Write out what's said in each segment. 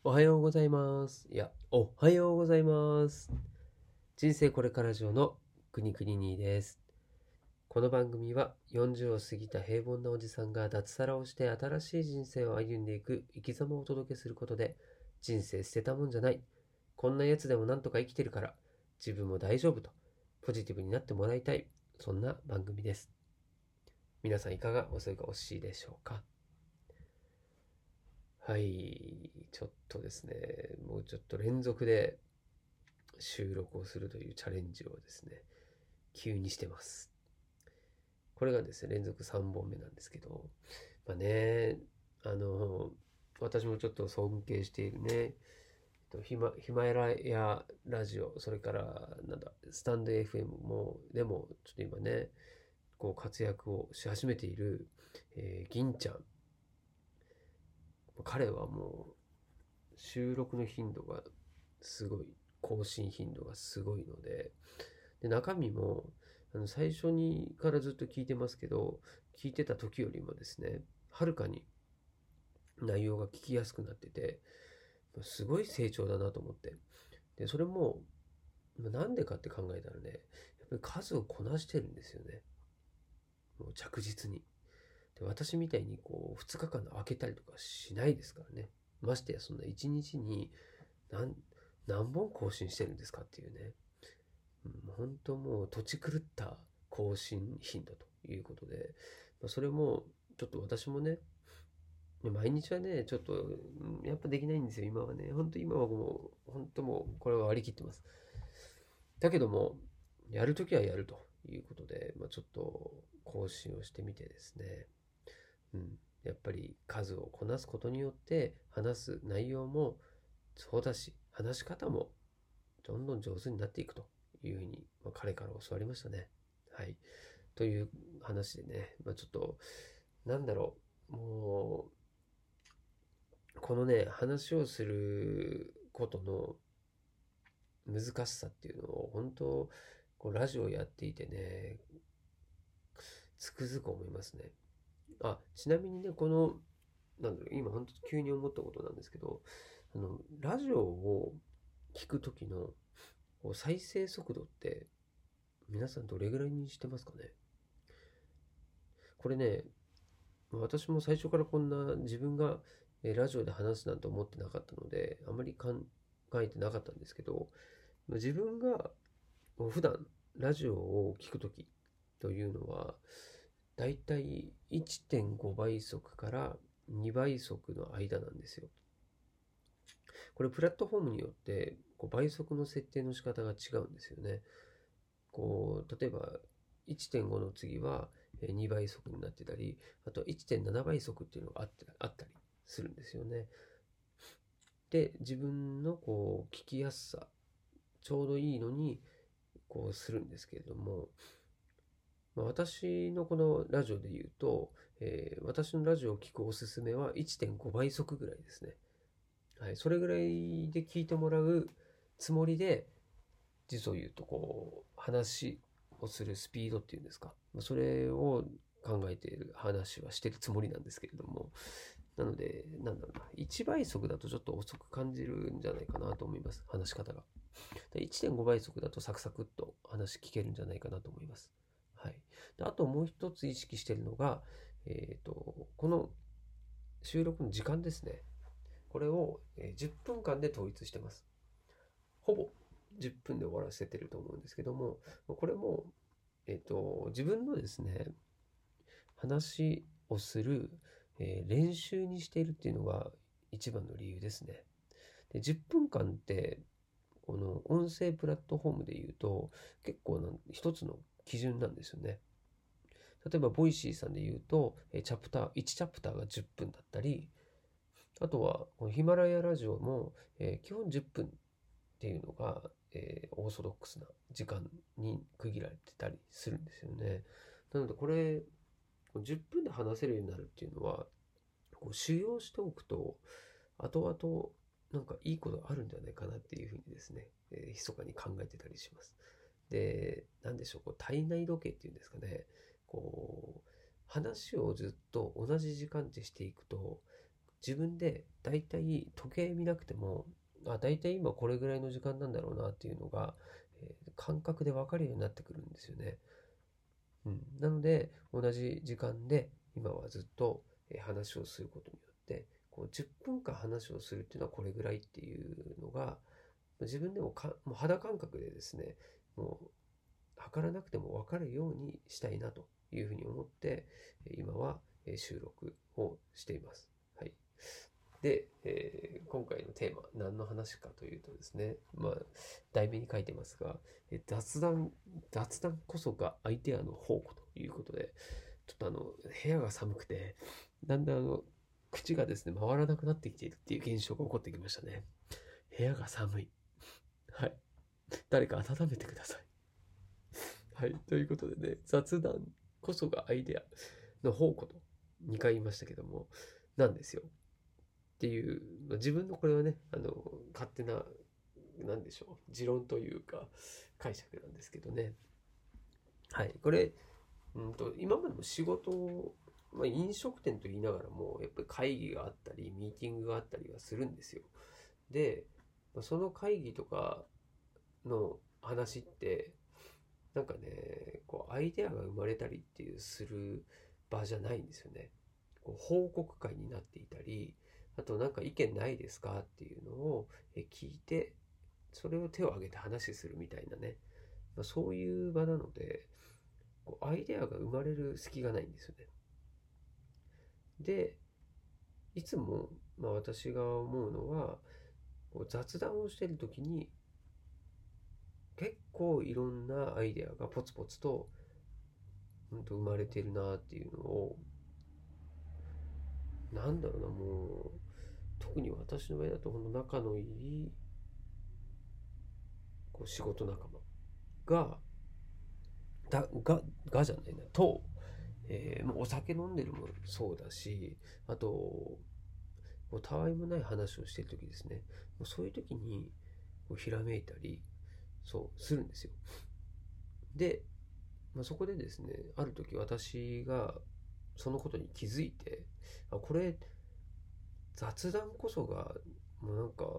おはようございます。おはようございます。人生これから上のくにくににです。この番組は40を過ぎた平凡なおじさんが脱サラをして新しい人生を歩んでいく生き様をお届けすることで、人生捨てたもんじゃない。こんなやつでもなんとか生きてるから自分も大丈夫とポジティブになってもらいたい。そんな番組です。皆さんいかがお過ごしでしょうか。はい、ちょっとですね、もうちょっと連続で収録をするというチャレンジをですね、急にしてます。これがですね、連続3本目なんですけど、まあね、あの、私もちょっと尊敬しているね、ヒマラヤラジオ、それから、スタンド FM も、でも、ちょっと今ね、こう活躍をし始めている、銀ちゃん。彼はもう、収録の頻度がすごい、更新頻度がすごいので、中身も最初にからずっと聞いてますけど、聞いてた時よりもですね、はるかに内容が聞きやすくなってて、すごい成長だなと思って。で、それも、なんでかって考えたらね、やっぱり数をこなしてるんですよね。もう着実に。で、私みたいにこう、2日間空けたりとかしないですからね。ましてやそんな1日に何、何本更新してるんですかっていうね。本当もう土地狂った更新頻度ということで、それもちょっと私もね、毎日はね、ちょっと、やっぱできないんですよ、今はね。本当今はもう、本当もう、これは割り切ってます。だけども、やるときはやるということで、ちょっと更新をしてみてですね、やっぱり数をこなすことによって、話す内容もそうだし、話し方もどんどん上手になっていくというふうに、彼から教わりましたね。はい。という話でね、ちょっと、なんだろもう、このね、話をすることの難しさっていうのを、本当、こうラジオやっていてね、つくづく思いますね。ちなみにね、今本当急に思ったことなんですけど、ラジオを聞くときのこう再生速度って皆さんどれぐらいにしてますかね。これね、私も最初からこんな自分がラジオで話すなんて思ってなかったので、あまり考えてなかったんですけど、自分が普段ラジオを聞くときというのは、だいたい1.5倍速から2倍速の間なんですよ。これプラットフォームによって倍速の設定の仕方が違うんですよね。例えば1.5の次は2倍速になってたり、あと1.7倍速っていうのがあったりするんですよね。で、自分の聞きやすさ、ちょうどいいのにするんですけれども、私のこのラジオで言うと、私のラジオを聞くおすすめは1.5倍速ぐらいですね。はい、それぐらいで聞いてもらうつもりで、実を言うと話をするスピードっていうんですか、それを考えている話はしてるつもりなんですけれども、なのでなんだろうな、1倍速だとちょっと遅く感じるんじゃないかなと思います。話し方がで1.5倍速だとサクサクっと話聞けるんじゃないかなと思います。はい。で、あともう一つ意識しているのが、この収録の時間ですね。これを10分間で統一してます。ほぼ10分で終わらせてると思うんですけども、これも、自分のですね、話をする、練習にしているっていうのが一番の理由ですね。で、10分間って、この音声プラットフォームで言うと、結構一つの基準なんですよね。例えば、ボイシーさんで言うと、1チャプターが10分だったり、あとは、このヒマラヤラジオも、基本10分っていうのが、オーソドックスな時間に区切られてたりするんですよね。なのでこれ10分で話せるようになるっていうのは修養しておくと後々なんかいいことあるんじゃないかなっていうふうにですね、密かに考えてたりします。で、なんでしょう、体内時計っていうんですかね、話をずっと同じ時間ってしていくと自分でだいたい時計見なくても、だいたい今これぐらいの時間なんだろうなっていうのが、感覚で分かるようになってくるんですよね。なので、同じ時間で今はずっと話をすることによって、こう10分間話をするっていうのはこれぐらいっていうのが、自分でももう肌感覚でですね、もう測らなくても分かるようにしたいなというふうに思って、今は収録をしています。はい。で、今回のテーマ、何の話かというとですね、題名に書いてますが、雑談こそがアイデアの宝庫ということで、ちょっと部屋が寒くて、だんだん口がですね、回らなくなってきているっていう現象が起こってきましたね。部屋が寒い。はい。誰か温めてください。はい。ということでね、雑談こそがアイデアの宝庫と2回言いましたけども、なんですよ。っていう、自分のこれはね、勝手な、なんでしょう、持論というか、解釈なんですけどね。はい。これ、今までも仕事を、飲食店と言いながらも、やっぱり会議があったり、ミーティングがあったりはするんですよ。で、その会議とかの話って、なんかね、こう、アイデアが生まれたりっていうする場じゃないんですよね。こう報告会になっていたり、あとなんか意見ないですかっていうのを聞いて、それを手を挙げて話するみたいなね、そういう場なので、こうアイデアが生まれる隙がないんですよね。で、いつも、私が思うのは、こう雑談をしている時に、結構いろんなアイデアがポツポツと、生まれてるなっていうのを、なんだろうな、もう、特に私の場合だと、この仲のいいこう仕事仲間が、だががじゃないなと、もうお酒飲んでるもそうだし、あともうたわいもない話をしてる時ですね、もうそういう時にこうひらめいたりそうするんですよ。で、そこでですね、ある時私がそのことに気づいて、これ雑談こそがもうなんか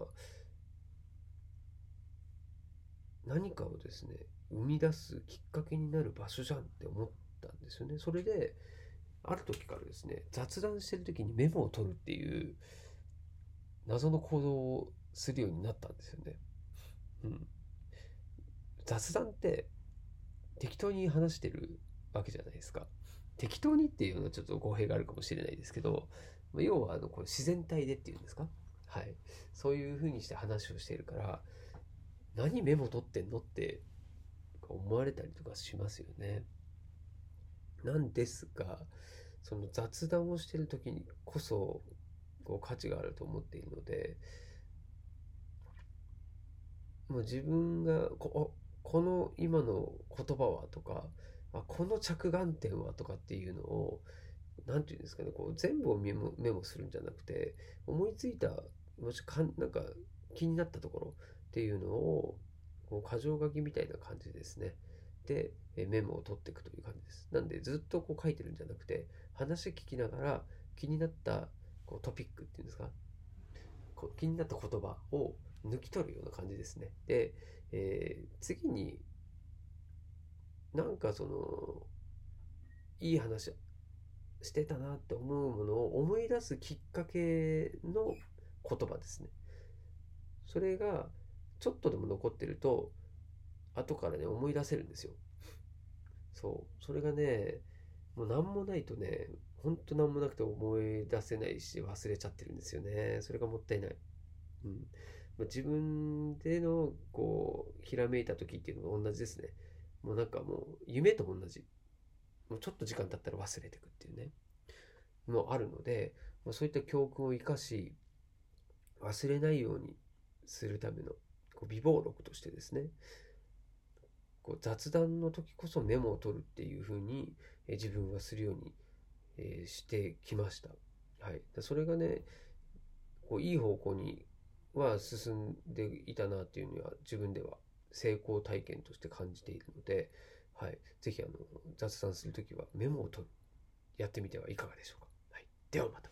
何かをですね生み出すきっかけになる場所じゃんって思ったんですよね。それである時からですね、雑談してる時にメモを取るっていう謎の行動をするようになったんですよね。うん、雑談って適当に話してるわけじゃないですか。適当にっていうのはちょっと語弊があるかもしれないですけど、要はこう自然体でっていうんですか、はい、そういう風にして話をしているから、何メモ取ってんのって思われたりとかしますよね。なんですが、その雑談をしている時にこそこう価値があると思っているので、もう自分がこの今の言葉はとか、この着眼点はとかっていうのを、なんていうんですかね、こう全部をメモするんじゃなくて、思いついた、もしなんか気になったところっていうのを、こう箇条書きみたいな感じですね。で、メモを取っていくという感じです。なんでずっとこう書いてるんじゃなくて、話聞きながら気になったこうトピックっていうんですか、こう気になった言葉を抜き取るような感じですね。で、次になんかそのいい話してたなって思うものを思い出すきっかけの言葉ですね。それがちょっとでも残ってると後からね思い出せるんですよ。そう。それがね、もう何もないとね、ほんと何もなくて思い出せないし忘れちゃってるんですよね。それがもったいない。うん。自分でのこうひらめいた時っていうのが同じですね。もうなんかもう夢と同じ。もうちょっと時間経ったら忘れてくっていうね。もあるので、そういった教訓を生かし、忘れないようにするためのこう備忘録としてですね、こう雑談の時こそメモを取るっていう風に自分はするようにしてきました。はい。それがね、こういい方向には進んでいたなっていうのは自分では成功体験として感じているので、はい。ぜひ雑談するときはメモを取る。やってみてはいかがでしょうか。はい。ではまた。